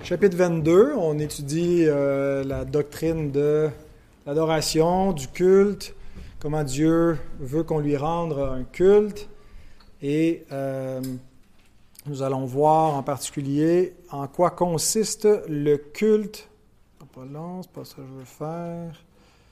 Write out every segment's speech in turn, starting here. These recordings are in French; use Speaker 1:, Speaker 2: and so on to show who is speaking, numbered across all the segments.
Speaker 1: Chapitre 22, on étudie la doctrine de l'adoration, du culte, comment Dieu veut qu'on lui rende un culte. Et nous allons voir en particulier en quoi consiste le culte. Pas long, c'est pas ça que je veux faire.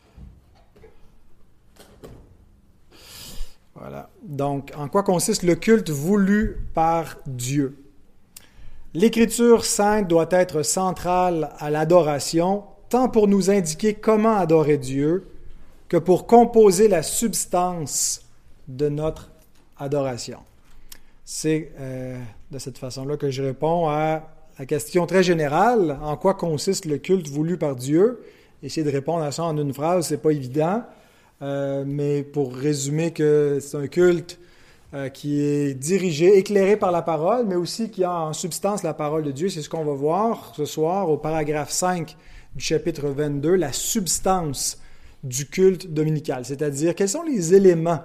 Speaker 1: Voilà. Donc, en quoi consiste le culte voulu par Dieu? L'Écriture sainte doit être centrale à l'adoration, tant pour nous indiquer comment adorer Dieu, que pour composer la substance de notre adoration. C'est de cette façon-là que je réponds à la question très générale, en quoi consiste le culte voulu par Dieu? Essayer de répondre à ça en une phrase, c'est pas évident, mais pour résumer que c'est un culte qui est dirigé, éclairé par la parole, mais aussi qui a en substance la parole de Dieu. C'est ce qu'on va voir ce soir au paragraphe 5 du chapitre 22, la substance du culte dominical, c'est-à-dire quels sont les éléments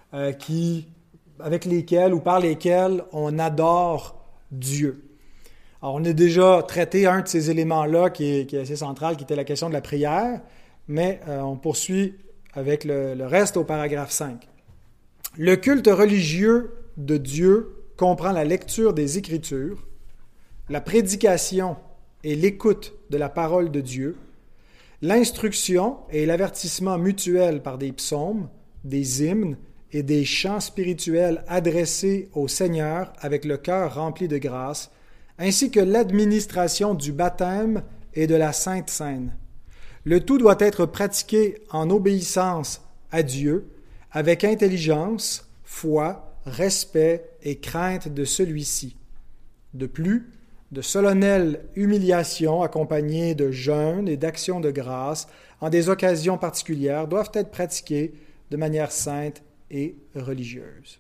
Speaker 1: avec lesquels ou par lesquels on adore Dieu. Alors, on a déjà traité un de ces éléments-là qui est assez central, qui était la question de la prière, mais on poursuit avec le reste au paragraphe 5. Le culte religieux de Dieu comprend la lecture des Écritures, la prédication et l'écoute de la parole de Dieu, l'instruction et l'avertissement mutuel par des psaumes, des hymnes et des chants spirituels adressés au Seigneur avec le cœur rempli de grâce, ainsi que l'administration du baptême et de la Sainte Seine. Le tout doit être pratiqué en obéissance à Dieu, avec intelligence, foi, respect et crainte de celui-ci. De plus, de solennelles humiliations accompagnées de jeûnes et d'actions de grâce en des occasions particulières doivent être pratiquées de manière sainte et religieuse.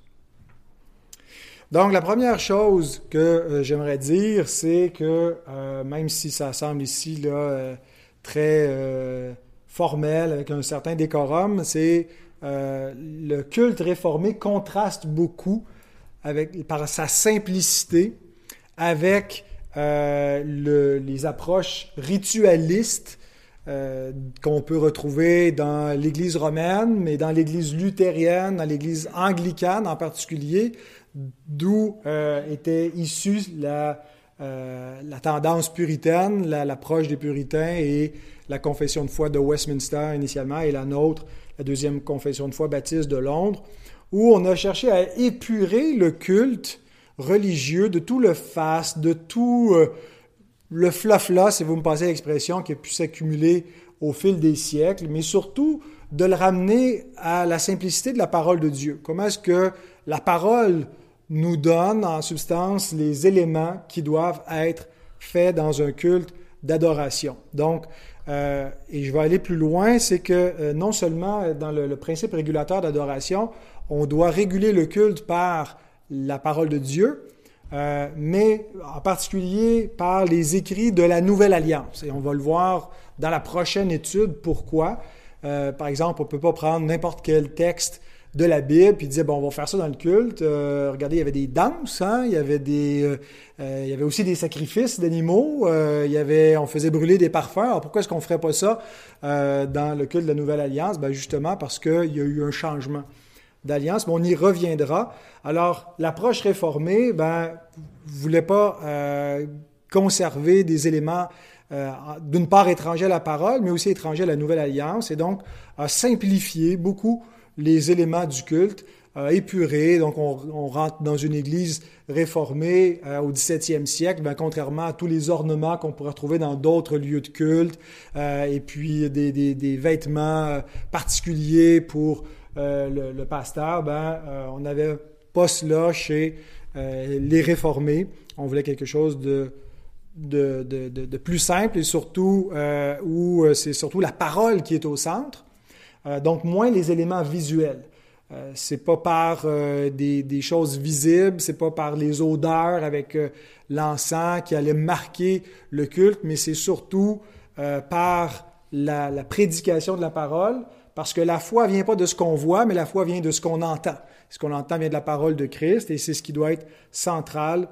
Speaker 1: Donc, la première chose que j'aimerais dire, c'est que, même si ça semble ici là, très formel, avec un certain décorum, c'est le culte réformé contraste beaucoup par sa simplicité avec les approches ritualistes qu'on peut retrouver dans l'Église romaine, mais dans l'Église luthérienne, dans l'Église anglicane en particulier, d'où était issue la tendance puritaine, l'approche des puritains et la confession de foi de Westminster initialement et la nôtre, la deuxième confession de foi baptiste de Londres, où on a cherché à épurer le culte religieux de tout le faste, de tout le flafla, si vous me passez l'expression, qui a pu s'accumuler au fil des siècles, mais surtout de le ramener à la simplicité de la parole de Dieu. Comment est-ce que la parole nous donne en substance les éléments qui doivent être faits dans un culte d'adoration. Donc, et je vais aller plus loin, c'est que non seulement dans le principe régulateur d'adoration, on doit réguler le culte par la parole de Dieu, mais en particulier par les écrits de la Nouvelle Alliance. Et on va le voir dans la prochaine étude, pourquoi. Par exemple, on ne peut pas prendre n'importe quel texte de la Bible, puis dire, bon, on va faire ça dans le culte. Regardez, il y avait des danses, hein? Il y avait aussi des sacrifices d'animaux, on faisait brûler des parfums. Alors, pourquoi est-ce qu'on ne ferait pas ça dans le culte de la Nouvelle Alliance? Ben, justement, parce qu'il y a eu un changement d'alliance, mais on y reviendra. Alors, l'approche réformée, ne voulait pas conserver des éléments d'une part étrangers à la parole, mais aussi étrangers à la Nouvelle Alliance, et donc a simplifié beaucoup les éléments du culte, épurés. Donc, on rentre dans une église réformée au 17e siècle, contrairement à tous les ornements qu'on pourrait retrouver dans d'autres lieux de culte, et puis des vêtements particuliers pour le pasteur. On n'avait pas cela chez les réformés. On voulait quelque chose de plus simple et surtout où c'est surtout la parole qui est au centre. Donc, moins les éléments visuels. C'est pas par des choses visibles, c'est pas par les odeurs avec l'encens qui allait marquer le culte, mais c'est surtout par la prédication de la parole, parce que la foi vient pas de ce qu'on voit, mais la foi vient de ce qu'on entend. Ce qu'on entend vient de la parole de Christ, et c'est ce qui doit être central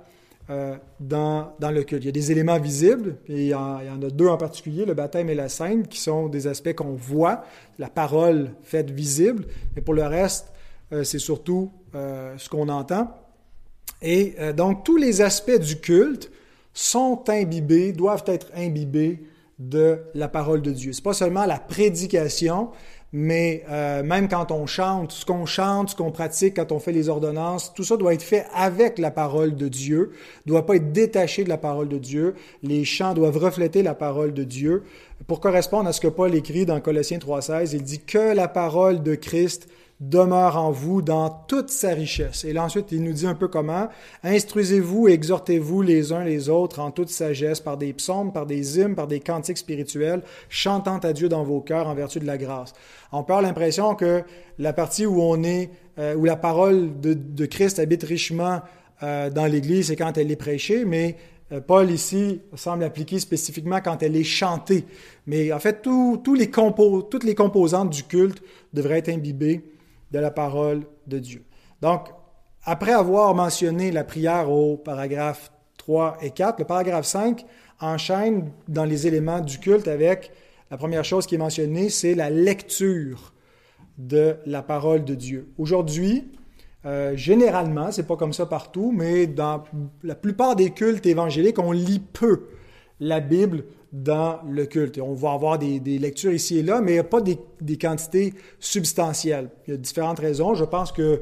Speaker 1: dans le culte. Il y a des éléments visibles, et il y en a deux en particulier, le baptême et la scène, qui sont des aspects qu'on voit, la parole faite visible, mais pour le reste, c'est surtout ce qu'on entend. Et donc, tous les aspects du culte sont imbibés, doivent être imbibés de la parole de Dieu. C'est pas seulement la prédication, mais même quand on chante, ce qu'on pratique, quand on fait les ordonnances, tout ça doit être fait avec la parole de Dieu, ne doit pas être détaché de la parole de Dieu. Les chants doivent refléter la parole de Dieu. Pour correspondre à ce que Paul écrit dans Colossiens 3,16, il dit « Que la parole de Christ demeure en vous dans toute sa richesse. » Et là, ensuite, il nous dit un peu comment. « Instruisez-vous et exhortez-vous les uns les autres en toute sagesse, par des psaumes, par des hymnes, par des cantiques spirituels, chantant à Dieu dans vos cœurs en vertu de la grâce. » On peut avoir l'impression que la partie où où la parole de Christ habite richement dans l'Église, c'est quand elle est prêchée, mais Paul ici semble appliquer spécifiquement quand elle est chantée. Mais en fait, toutes les composantes du culte devraient être imbibées de la parole de Dieu. Donc, après avoir mentionné la prière au paragraphe 3 et 4, le paragraphe 5 enchaîne dans les éléments du culte avec la première chose qui est mentionnée, c'est la lecture de la parole de Dieu. Aujourd'hui, généralement, c'est pas comme ça partout, mais dans la plupart des cultes évangéliques, on lit peu la Bible dans le culte. On va avoir des lectures ici et là, mais il n'y a pas des quantités substantielles. Il y a différentes raisons. Je pense que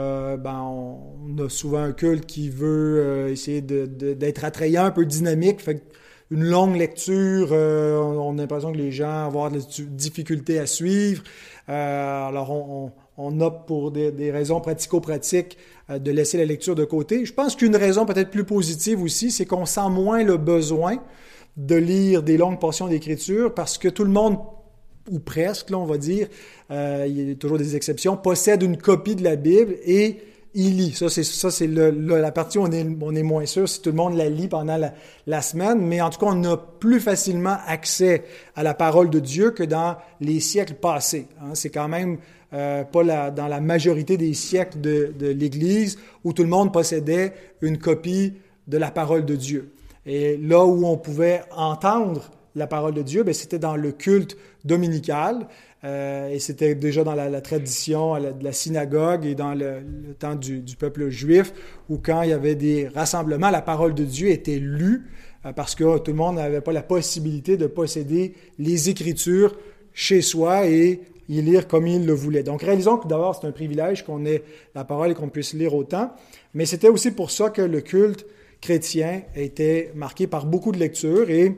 Speaker 1: on a souvent un culte qui veut essayer d'être attrayant, un peu dynamique. Fait une longue lecture, on a l'impression que les gens vont avoir des difficultés à suivre. Alors, on opte pour des raisons pratico-pratiques de laisser la lecture de côté. Je pense qu'une raison peut-être plus positive aussi, c'est qu'on sent moins le besoin de lire des longues portions d'Écriture parce que tout le monde, ou presque, là, on va dire, il y a toujours des exceptions, possède une copie de la Bible et il lit. Ça, c'est la partie où on est moins sûr si tout le monde la lit pendant la semaine, mais en tout cas, on a plus facilement accès à la parole de Dieu que dans les siècles passés. Hein. C'est quand même pas dans la majorité des siècles de l'Église où tout le monde possédait une copie de la parole de Dieu. Et là où on pouvait entendre la parole de Dieu, c'était dans le culte dominical, et c'était déjà dans la tradition de la synagogue et dans le temps du peuple juif, où quand il y avait des rassemblements, la parole de Dieu était lue, parce que tout le monde n'avait pas la possibilité de posséder les Écritures chez soi et y lire comme il le voulait. Donc, réalisons que d'abord, c'est un privilège qu'on ait la parole et qu'on puisse lire autant, mais c'était aussi pour ça que le culte chrétien était marqué par beaucoup de lectures et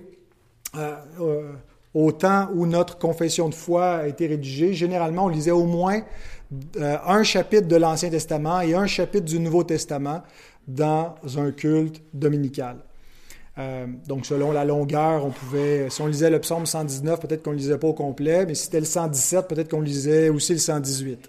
Speaker 1: au temps où notre confession de foi a été rédigée, généralement, on lisait au moins un chapitre de l'Ancien Testament et un chapitre du Nouveau Testament dans un culte dominical. Donc, selon la longueur, on pouvait, si on lisait le psaume 119, peut-être qu'on ne le lisait pas au complet, mais si c'était le 117, peut-être qu'on lisait aussi le 118.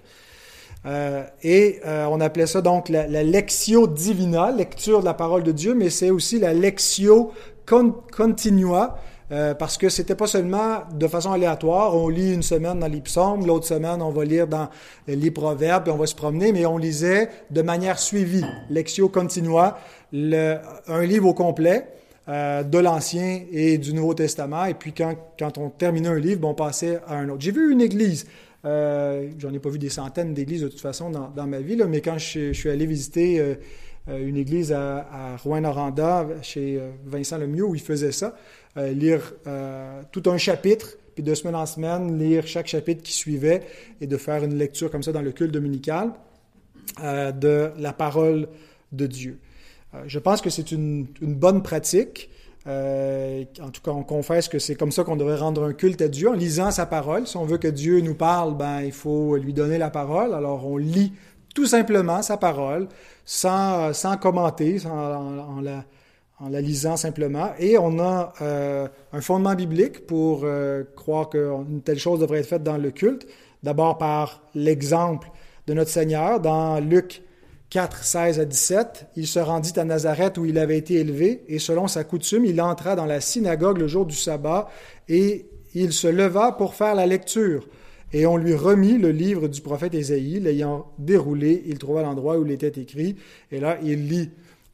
Speaker 1: On appelait ça donc la lectio divina, lecture de la parole de Dieu, mais c'est aussi la lectio continua, parce que c'était pas seulement de façon aléatoire, on lit une semaine dans les psaumes, l'autre semaine on va lire dans les proverbes, et on va se promener, mais on lisait de manière suivie, lectio continua, un livre au complet de l'Ancien et du Nouveau Testament, et puis quand on terminait un livre, on passait à un autre. J'ai vu une église, j'en ai pas vu des centaines d'églises de toute façon dans ma vie, là, mais quand je suis allé visiter une église à Rouyn-Noranda, chez Vincent Lemieux, où il faisait ça, lire tout un chapitre, puis de semaine en semaine, lire chaque chapitre qui suivait et de faire une lecture comme ça dans le culte dominical de la parole de Dieu. Je pense que c'est une bonne pratique. En tout cas, on confesse que c'est comme ça qu'on devrait rendre un culte à Dieu, en lisant sa parole. Si on veut que Dieu nous parle, il faut lui donner la parole. Alors, on lit tout simplement sa parole, sans commenter, en la lisant simplement. Et on a un fondement biblique pour croire qu'une telle chose devrait être faite dans le culte. D'abord par l'exemple de notre Seigneur. Dans Luc 4, 16 à 17, il se rendit à Nazareth où il avait été élevé, et selon sa coutume, il entra dans la synagogue le jour du sabbat, et il se leva pour faire la lecture. Et on lui remit le livre du prophète Ésaïe, l'ayant déroulé, il trouva l'endroit où il était écrit, et là, il lit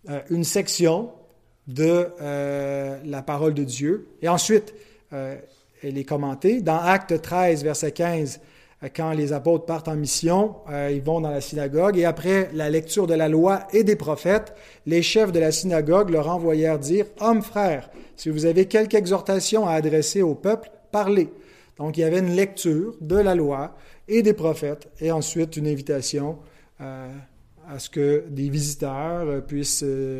Speaker 1: une section de la parole de Dieu. Et ensuite, elle est commentée. Dans Actes 13, verset 15, quand les apôtres partent en mission, ils vont dans la synagogue et après la lecture de la loi et des prophètes, les chefs de la synagogue leur envoyèrent dire « Hommes, frères, si vous avez quelque exhortation à adresser au peuple, parlez. » Donc, il y avait une lecture de la loi et des prophètes et ensuite une invitation à ce que des visiteurs puissent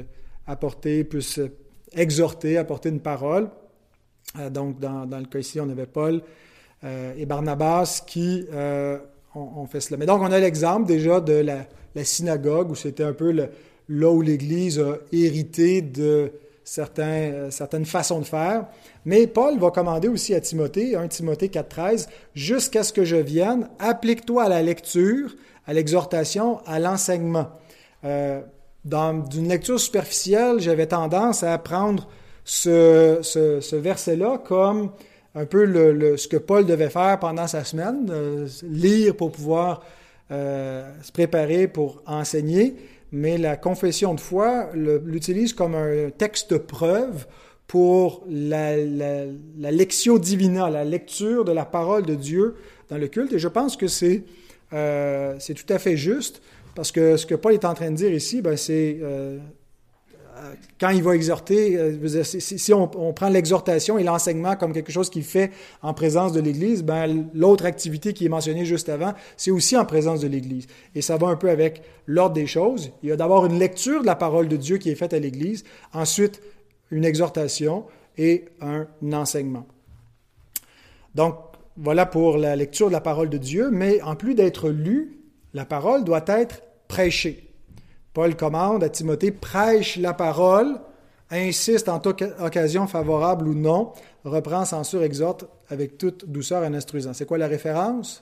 Speaker 1: exhorter, apporter une parole. Donc, dans le cas ici, on avait Paul et Barnabas qui ont fait cela. Mais donc, on a l'exemple déjà de la synagogue, où c'était un peu là où l'Église a hérité de certaines façons de faire. Mais Paul va commander aussi à Timothée, 1 Timothée 4,13, « Jusqu'à ce que je vienne, applique-toi à la lecture, à l'exhortation, à l'enseignement. » D'une lecture superficielle, j'avais tendance à prendre ce verset-là comme un peu ce que Paul devait faire pendant sa semaine, lire pour pouvoir se préparer pour enseigner, mais la confession de foi l'utilise comme un texte preuve pour la lectio divina, la lecture de la parole de Dieu dans le culte. Et je pense que c'est tout à fait juste, parce que ce que Paul est en train de dire ici, c'est quand il va exhorter, si on prend l'exhortation et l'enseignement comme quelque chose qu'il fait en présence de l'Église, l'autre activité qui est mentionnée juste avant, c'est aussi en présence de l'Église. Et ça va un peu avec l'ordre des choses. Il y a d'abord une lecture de la parole de Dieu qui est faite à l'Église, ensuite une exhortation et un enseignement. Donc, voilà pour la lecture de la parole de Dieu, mais en plus d'être lue, la parole doit être prêchée. Paul commande à Timothée, prêche la parole, insiste en toute occasion favorable ou non, reprend, censure, exhorte avec toute douceur et en instruisant. C'est quoi la référence?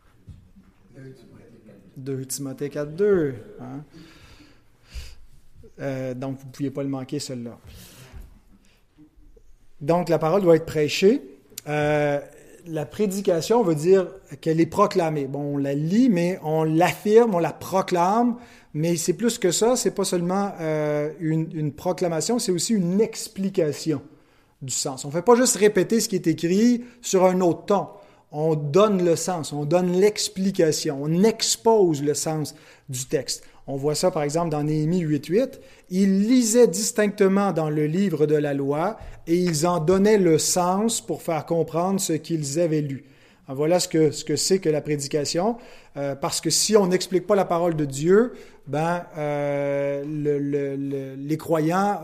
Speaker 1: 2 Timothée 4,2. Donc, vous ne pouviez pas le manquer, celui-là. Donc, la parole doit être prêchée. La prédication veut dire qu'elle est proclamée. Bon, on la lit, mais on l'affirme, on la proclame. Mais c'est plus que ça, c'est pas seulement une proclamation, c'est aussi une explication du sens. On ne fait pas juste répéter ce qui est écrit sur un autre ton. On donne le sens, on donne l'explication, on expose le sens du texte. On voit ça, par exemple, dans Néhémie 8.8. Ils lisaient distinctement dans le livre de la loi et ils en donnaient le sens pour faire comprendre ce qu'ils avaient lu. Alors voilà ce que c'est que la prédication, parce que si on n'explique pas la parole de Dieu, les croyants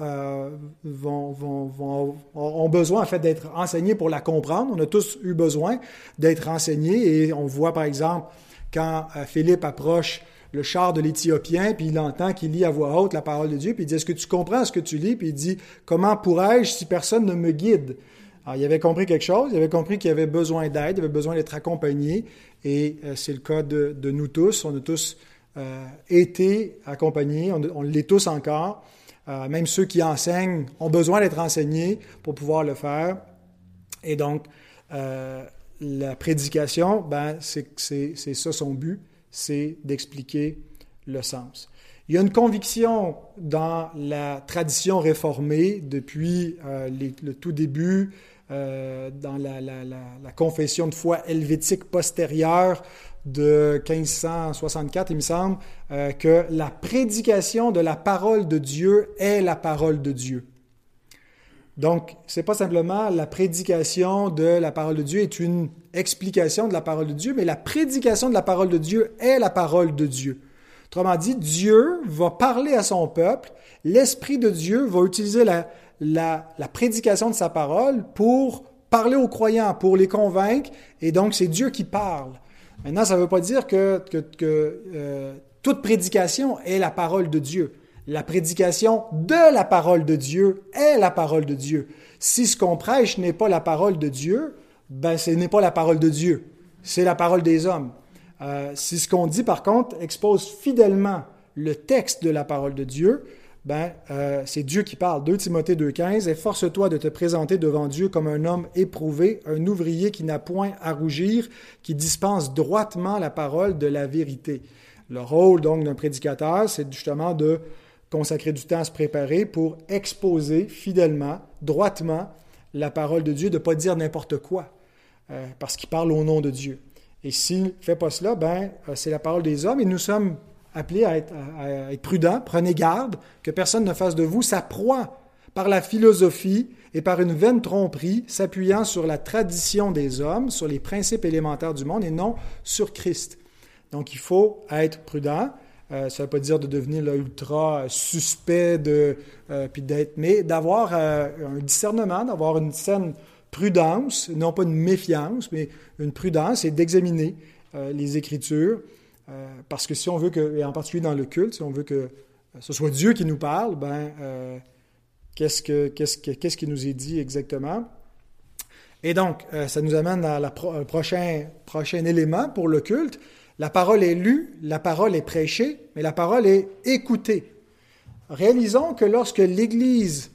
Speaker 1: ont besoin en fait d'être enseignés pour la comprendre. On a tous eu besoin d'être enseignés et on voit par exemple quand Philippe approche le char de l'Éthiopien, puis il entend qu'il lit à voix haute la parole de Dieu, puis il dit « Est-ce que tu comprends ce que tu lis? » Puis il dit « Comment pourrais-je si personne ne me guide? » Alors, il avait compris quelque chose, il avait compris qu'il avait besoin d'aide, il avait besoin d'être accompagné, et c'est le cas de nous tous. On a tous été accompagnés, on l'est tous encore. Même ceux qui enseignent ont besoin d'être enseignés pour pouvoir le faire. Et donc, la prédication, c'est ça son but, c'est d'expliquer le sens. Il y a une conviction dans la tradition réformée depuis le tout début, dans la confession de foi helvétique postérieure de 1564, il me semble, que la prédication de la parole de Dieu est la parole de Dieu. Donc, c'est pas simplement la prédication de la parole de Dieu est une explication de la parole de Dieu, mais la prédication de la parole de Dieu est la parole de Dieu. Autrement dit, Dieu va parler à son peuple, l'Esprit de Dieu va utiliser la prédication de sa parole pour parler aux croyants, pour les convaincre, et donc c'est Dieu qui parle. Maintenant, ça ne veut pas dire que toute prédication est la parole de Dieu. La prédication de la parole de Dieu est la parole de Dieu. Si ce qu'on prêche n'est pas la parole de Dieu, ce n'est pas la parole de Dieu, c'est la parole des hommes. Si ce qu'on dit, par contre, expose fidèlement le texte de la parole de Dieu, c'est Dieu qui parle. 2 Timothée 2,15 « Efforce-toi de te présenter devant Dieu comme un homme éprouvé, un ouvrier qui n'a point à rougir, qui dispense droitement la parole de la vérité. » Le rôle, donc, d'un prédicateur, c'est justement de consacrer du temps à se préparer pour exposer fidèlement, droitement, la parole de Dieu, de ne pas dire n'importe quoi, parce qu'il parle au nom de Dieu. Et s'il ne fait pas cela, c'est la parole des hommes, et nous sommes appelés à être prudents. Prenez garde que personne ne fasse de vous sa proie par la philosophie et par une vaine tromperie, s'appuyant sur la tradition des hommes, sur les principes élémentaires du monde, et non sur Christ. Donc, il faut être prudent. Ça ne veut pas dire de devenir là, ultra suspect, mais d'avoir un discernement, d'avoir une saine prudence, non pas une méfiance, mais une prudence, et d'examiner les Écritures. Parce que si on veut que, et en particulier dans le culte, si on veut que ce soit Dieu qui nous parle, qu'est-ce qui nous est dit exactement? Et donc, ça nous amène à prochain élément pour le culte. La parole est lue, la parole est prêchée, mais la parole est écoutée. Réalisons que lorsque l'Église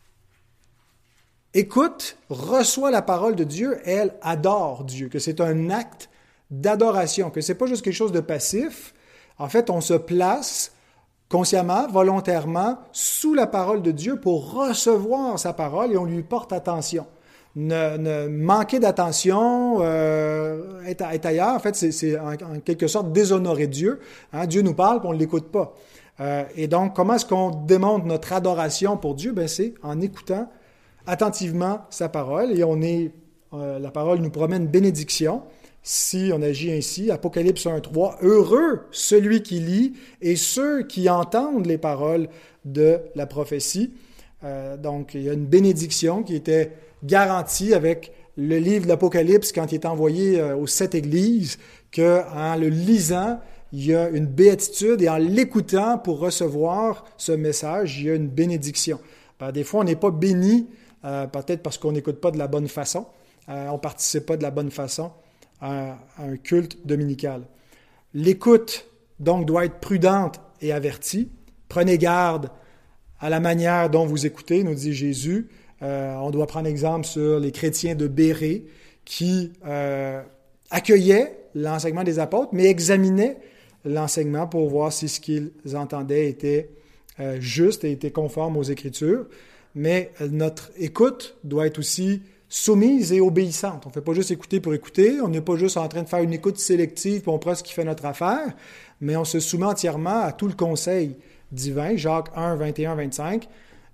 Speaker 1: écoute, reçoit la parole de Dieu, elle adore Dieu, que c'est un acte d'adoration, que ce n'est pas juste quelque chose de passif. En fait, on se place consciemment, volontairement, sous la parole de Dieu pour recevoir sa parole et on lui porte attention. Ne manquer d'attention, être ailleurs, en fait, c'est en quelque sorte déshonorer Dieu. Dieu nous parle, puis on ne l'écoute pas. Et donc, comment est-ce qu'on démontre notre adoration pour Dieu? C'est en écoutant attentivement sa parole. Et la parole nous promet une bénédiction si on agit ainsi. Apocalypse 1.3, « Heureux celui qui lit et ceux qui entendent les paroles de la prophétie. » Donc, il y a une bénédiction qui était garantie avec le livre de l'Apocalypse quand il est envoyé aux 7 églises, qu'en le lisant, il y a une béatitude et en l'écoutant pour recevoir ce message, il y a une bénédiction. Des fois, on n'est pas béni, peut-être parce qu'on n'écoute pas de la bonne façon, on ne participe pas de la bonne façon à un culte dominical. L'écoute, donc, doit être prudente et avertie. Prenez garde à la manière dont vous écoutez, nous dit Jésus. On doit prendre exemple sur les chrétiens de Bérée qui accueillaient l'enseignement des apôtres, mais examinaient l'enseignement pour voir si ce qu'ils entendaient était juste et était conforme aux Écritures. Mais notre écoute doit être aussi soumise et obéissante. On ne fait pas juste écouter pour écouter, on n'est pas juste en train de faire une écoute sélective puis on prend ce qui fait notre affaire, mais on se soumet entièrement à tout le conseil divin. Jacques 1, 21, 25.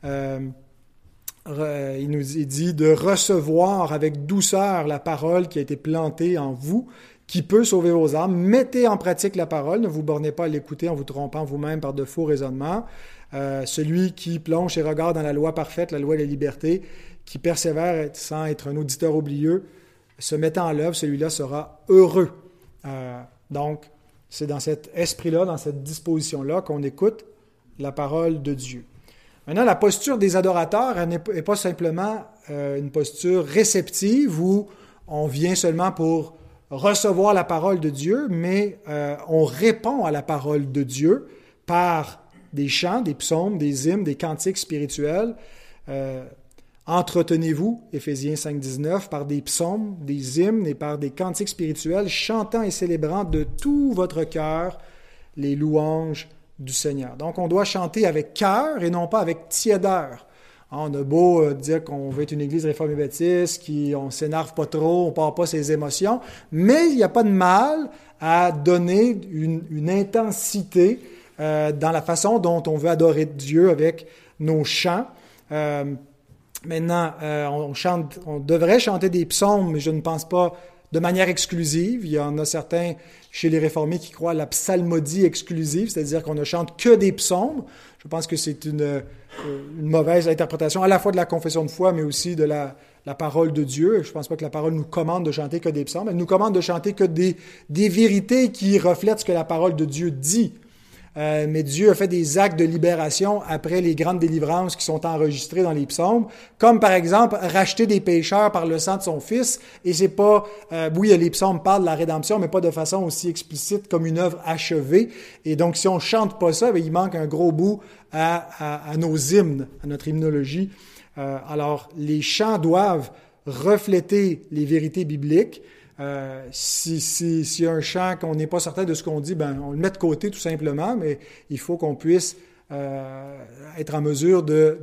Speaker 1: Il nous est dit de recevoir avec douceur la parole qui a été plantée en vous, qui peut sauver vos âmes. Mettez en pratique la parole, ne vous bornez pas à l'écouter en vous trompant vous-même par de faux raisonnements. Celui qui plonge ses regards dans la loi parfaite, la loi de la liberté, qui persévère sans être un auditeur oublieux, se mettant en l'œuvre, celui-là sera heureux. Donc, c'est dans cet esprit-là, dans cette disposition-là qu'on écoute la parole de Dieu. Maintenant, la posture des adorateurs n'est pas simplement une posture réceptive où on vient seulement pour recevoir la parole de Dieu, mais on répond à la parole de Dieu par des chants, des psaumes, des hymnes, des cantiques spirituels. Entretenez-vous, Éphésiens 5.19, par des psaumes, des hymnes et par des cantiques spirituels, chantant et célébrant de tout votre cœur les louanges du Seigneur. Donc, on doit chanter avec cœur et non pas avec tiédeur. On a beau dire qu'on veut être une église réformée baptiste, qu'on ne s'énerve pas trop, on ne part pas ses émotions, mais il n'y a pas de mal à donner une intensité dans la façon dont on veut adorer Dieu avec nos chants. Maintenant, on devrait chanter des psaumes, mais je ne pense pas de manière exclusive. Il y en a certains chez les réformés qui croient à la psalmodie exclusive, c'est-à-dire qu'on ne chante que des psaumes. Je pense que c'est une mauvaise interprétation à la fois de la confession de foi, mais aussi de la parole de Dieu. Je ne pense pas que la parole nous commande de chanter que des psaumes. Elle nous commande de chanter que des vérités qui reflètent ce que la parole de Dieu dit. Mais Dieu a fait des actes de libération après les grandes délivrances qui sont enregistrées dans les psaumes, comme par exemple racheter des pécheurs par le sang de son Fils. Et c'est pas, oui, les psaumes parlent de la rédemption, mais pas de façon aussi explicite comme une œuvre achevée. Et donc, si on chante pas ça, il manque un gros bout à nos hymnes, à notre hymnologie. Alors, les chants doivent refléter les vérités bibliques. Si y a un chant qu'on n'est pas certain de ce qu'on dit, on le met de côté tout simplement, mais il faut qu'on puisse être en mesure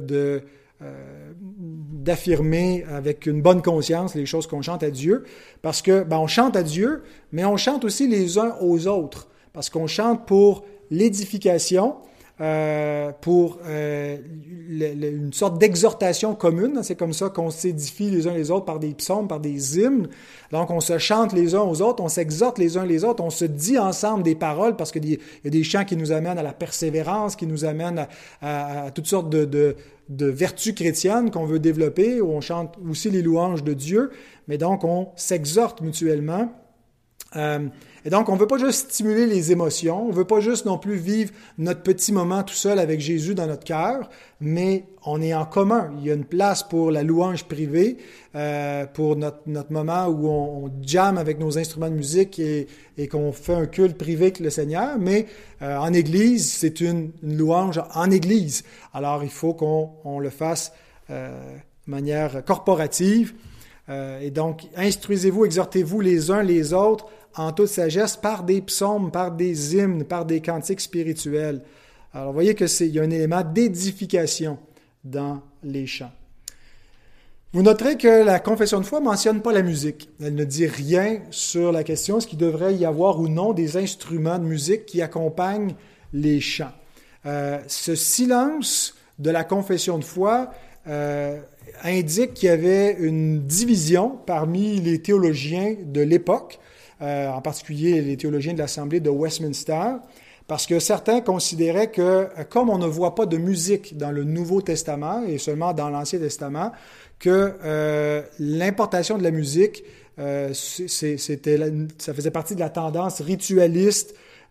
Speaker 1: d'affirmer avec une bonne conscience les choses qu'on chante à Dieu, parce que on chante à Dieu, mais on chante aussi les uns aux autres, parce qu'on chante pour l'édification, pour une sorte d'exhortation commune. C'est comme ça qu'on s'édifie les uns les autres par des psaumes, par des hymnes. Donc, on se chante les uns aux autres, on s'exhorte les uns les autres, on se dit ensemble des paroles parce qu'il y a des chants qui nous amènent à la persévérance, qui nous amènent à toutes sortes de vertus chrétiennes qu'on veut développer, où on chante aussi les louanges de Dieu. Mais donc, on s'exhorte mutuellement. Et donc, on ne veut pas juste stimuler les émotions, on ne veut pas juste non plus vivre notre petit moment tout seul avec Jésus dans notre cœur, mais on est en commun. Il y a une place pour la louange privée, pour notre moment où on jamme avec nos instruments de musique et qu'on fait un culte privé avec le Seigneur, mais en Église, c'est une louange en Église. Alors, il faut qu'on le fasse de manière corporative. Et donc, instruisez-vous, exhortez-vous les uns les autres en toute sagesse par des psaumes, par des hymnes, par des cantiques spirituels. Alors, vous voyez qu'il y a un élément d'édification dans les chants. Vous noterez que la confession de foi ne mentionne pas la musique. Elle ne dit rien sur la question est-ce qu'il devrait y avoir ou non des instruments de musique qui accompagnent les chants. Ce silence de la confession de foi indique qu'il y avait une division parmi les théologiens de l'époque, en particulier les théologiens de l'Assemblée de Westminster, parce que certains considéraient que, comme on ne voit pas de musique dans le Nouveau Testament et seulement dans l'Ancien Testament, que l'importation de la musique, ça faisait partie de la tendance ritualiste,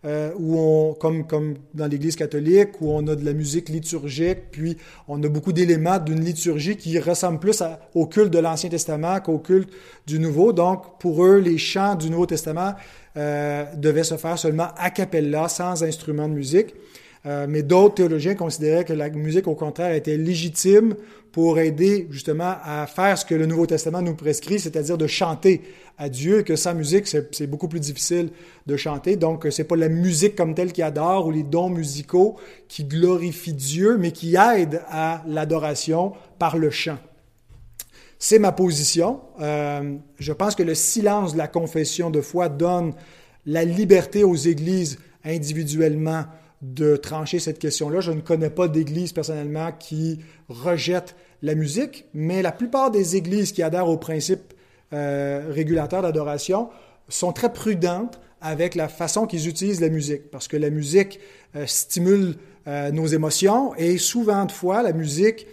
Speaker 1: où comme dans l'Église catholique, où on a de la musique liturgique, puis on a beaucoup d'éléments d'une liturgie qui ressemble plus au culte de l'Ancien Testament qu'au culte du Nouveau. Donc, pour eux, les chants du Nouveau Testament devaient se faire seulement a cappella, sans instrument de musique. Mais d'autres théologiens considéraient que la musique, au contraire, était légitime pour aider justement à faire ce que le Nouveau Testament nous prescrit, c'est-à-dire de chanter à Dieu, et que sans musique, c'est beaucoup plus difficile de chanter. Donc, c'est pas la musique comme telle qui adore ou les dons musicaux qui glorifient Dieu, mais qui aident à l'adoration par le chant. C'est ma position. Je pense que le silence de la confession de foi donne la liberté aux églises individuellement de trancher cette question-là. Je ne connais pas d'église personnellement qui rejette la musique, mais la plupart des églises qui adhèrent au principe régulateur d'adoration sont très prudentes avec la façon qu'ils utilisent la musique, parce que la musique stimule nos émotions et souvent de fois, la musique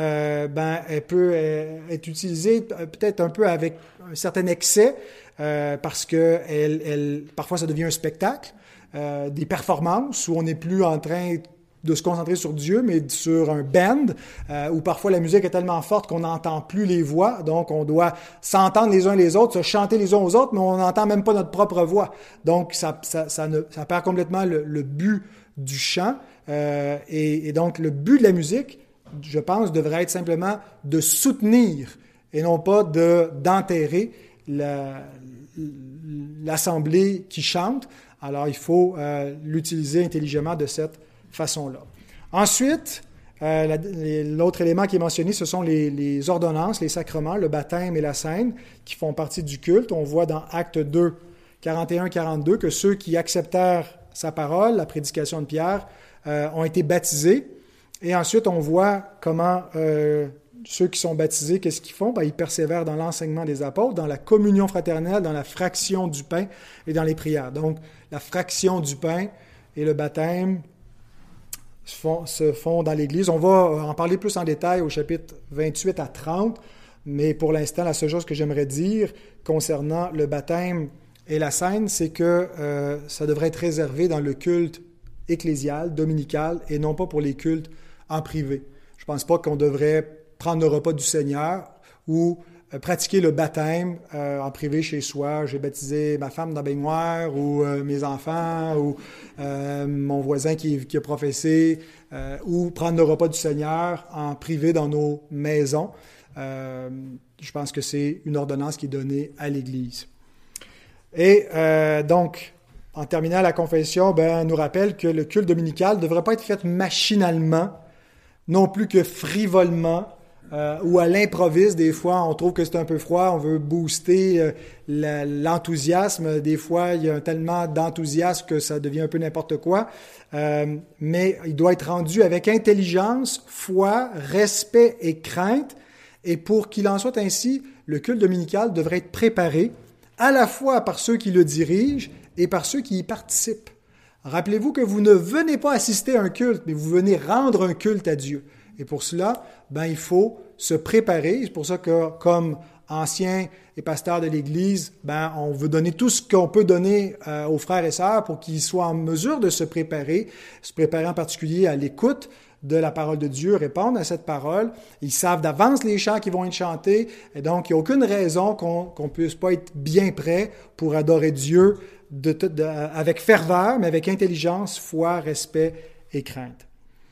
Speaker 1: elle peut être utilisée peut-être un peu avec un certain excès parce que parfois ça devient un spectacle. Des performances où on n'est plus en train de se concentrer sur Dieu, mais sur un band, où parfois la musique est tellement forte qu'on n'entend plus les voix, donc on doit s'entendre les uns les autres, se chanter les uns aux autres, mais on n'entend même pas notre propre voix. Donc ça perd complètement le but du chant, et donc le but de la musique, je pense, devrait être simplement de soutenir et non pas d'enterrer l'assemblée qui chante. Alors, il faut l'utiliser intelligemment de cette façon-là. Ensuite, l'autre élément qui est mentionné, ce sont les ordonnances, les sacrements, le baptême et la scène, qui font partie du culte. On voit dans Actes 2, 41-42, que ceux qui acceptèrent sa parole, la prédication de Pierre, ont été baptisés. Et ensuite, on voit comment ceux qui sont baptisés, qu'est-ce qu'ils font? Ils persévèrent dans l'enseignement des apôtres, dans la communion fraternelle, dans la fraction du pain et dans les prières. Donc, la fraction du pain et le baptême se font dans l'Église. On va en parler plus en détail au chapitre 28 à 30, mais pour l'instant, la seule chose que j'aimerais dire concernant le baptême et la scène, c'est que ça devrait être réservé dans le culte ecclésial, dominical, et non pas pour les cultes en privé. Je ne pense pas qu'on devrait prendre le repas du Seigneur ou pratiquer le baptême en privé chez soi. J'ai baptisé ma femme dans la baignoire ou mes enfants ou mon voisin qui a professé ou prendre le repas du Seigneur en privé dans nos maisons. Je pense que c'est une ordonnance qui est donnée à l'Église. Et donc, en terminant la confession, elle nous rappelle que le culte dominical ne devrait pas être fait machinalement, non plus que frivolement, ou à l'improviste. Des fois, on trouve que c'est un peu froid, on veut booster l'enthousiasme. Des fois, il y a tellement d'enthousiasme que ça devient un peu n'importe quoi. Mais il doit être rendu avec intelligence, foi, respect et crainte. Et pour qu'il en soit ainsi, le culte dominical devrait être préparé à la fois par ceux qui le dirigent et par ceux qui y participent. Rappelez-vous que vous ne venez pas assister à un culte, mais vous venez rendre un culte à Dieu. Et pour cela, il faut se préparer. C'est pour ça que, comme anciens et pasteurs de l'Église, on veut donner tout ce qu'on peut donner aux frères et sœurs pour qu'ils soient en mesure de se préparer en particulier à l'écoute de la parole de Dieu, répondre à cette parole. Ils savent d'avance les chants qui vont être chantés, et donc il n'y a aucune raison qu'on ne puisse pas être bien prêt pour adorer Dieu avec ferveur, mais avec intelligence, foi, respect et crainte.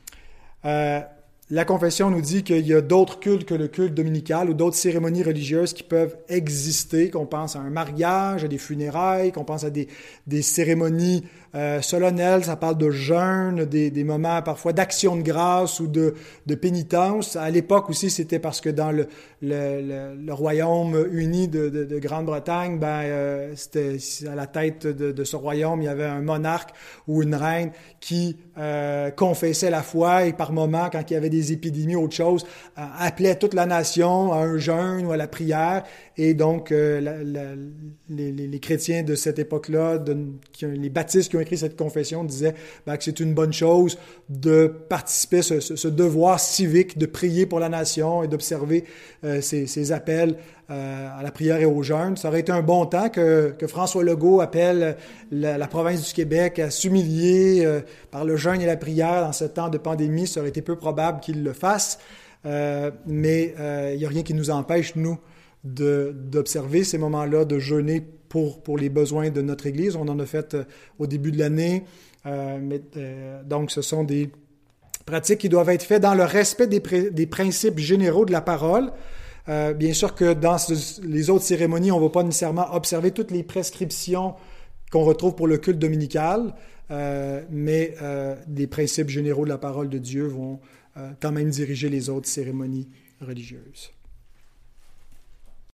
Speaker 1: La confession nous dit qu'il y a d'autres cultes que le culte dominical ou d'autres cérémonies religieuses qui peuvent exister, qu'on pense à un mariage, à des funérailles, qu'on pense à des cérémonies solennelles, ça parle de jeûne, des moments parfois d'action de grâce ou de pénitence. À l'époque aussi, c'était parce que dans le royaume uni de Grande-Bretagne, c'était à la tête de ce royaume, il y avait un monarque ou une reine qui confessait la foi et par moments, quand il y avait des épidémies ou autre chose, appelait toute la nation à un jeûne ou à la prière. Et donc, les chrétiens de cette époque-là, les baptistes qui ont écrit cette confession disaient que c'est une bonne chose de participer à ce devoir civique de prier pour la nation et d'observer ces appels à la prière et au jeûne. Ça aurait été un bon temps que François Legault appelle la province du Québec à s'humilier par le jeûne et la prière dans ce temps de pandémie. Ça aurait été peu probable qu'il le fasse, mais il n'y a rien qui nous empêche, nous, d'observer ces moments-là, de jeûner pour les besoins de notre Église. On en a fait au début de l'année. Donc, ce sont des pratiques qui doivent être faites dans le respect des principes généraux de la parole. Bien sûr que dans les autres cérémonies, on ne va pas nécessairement observer toutes les prescriptions qu'on retrouve pour le culte dominical, mais les principes généraux de la parole de Dieu vont quand même diriger les autres cérémonies religieuses.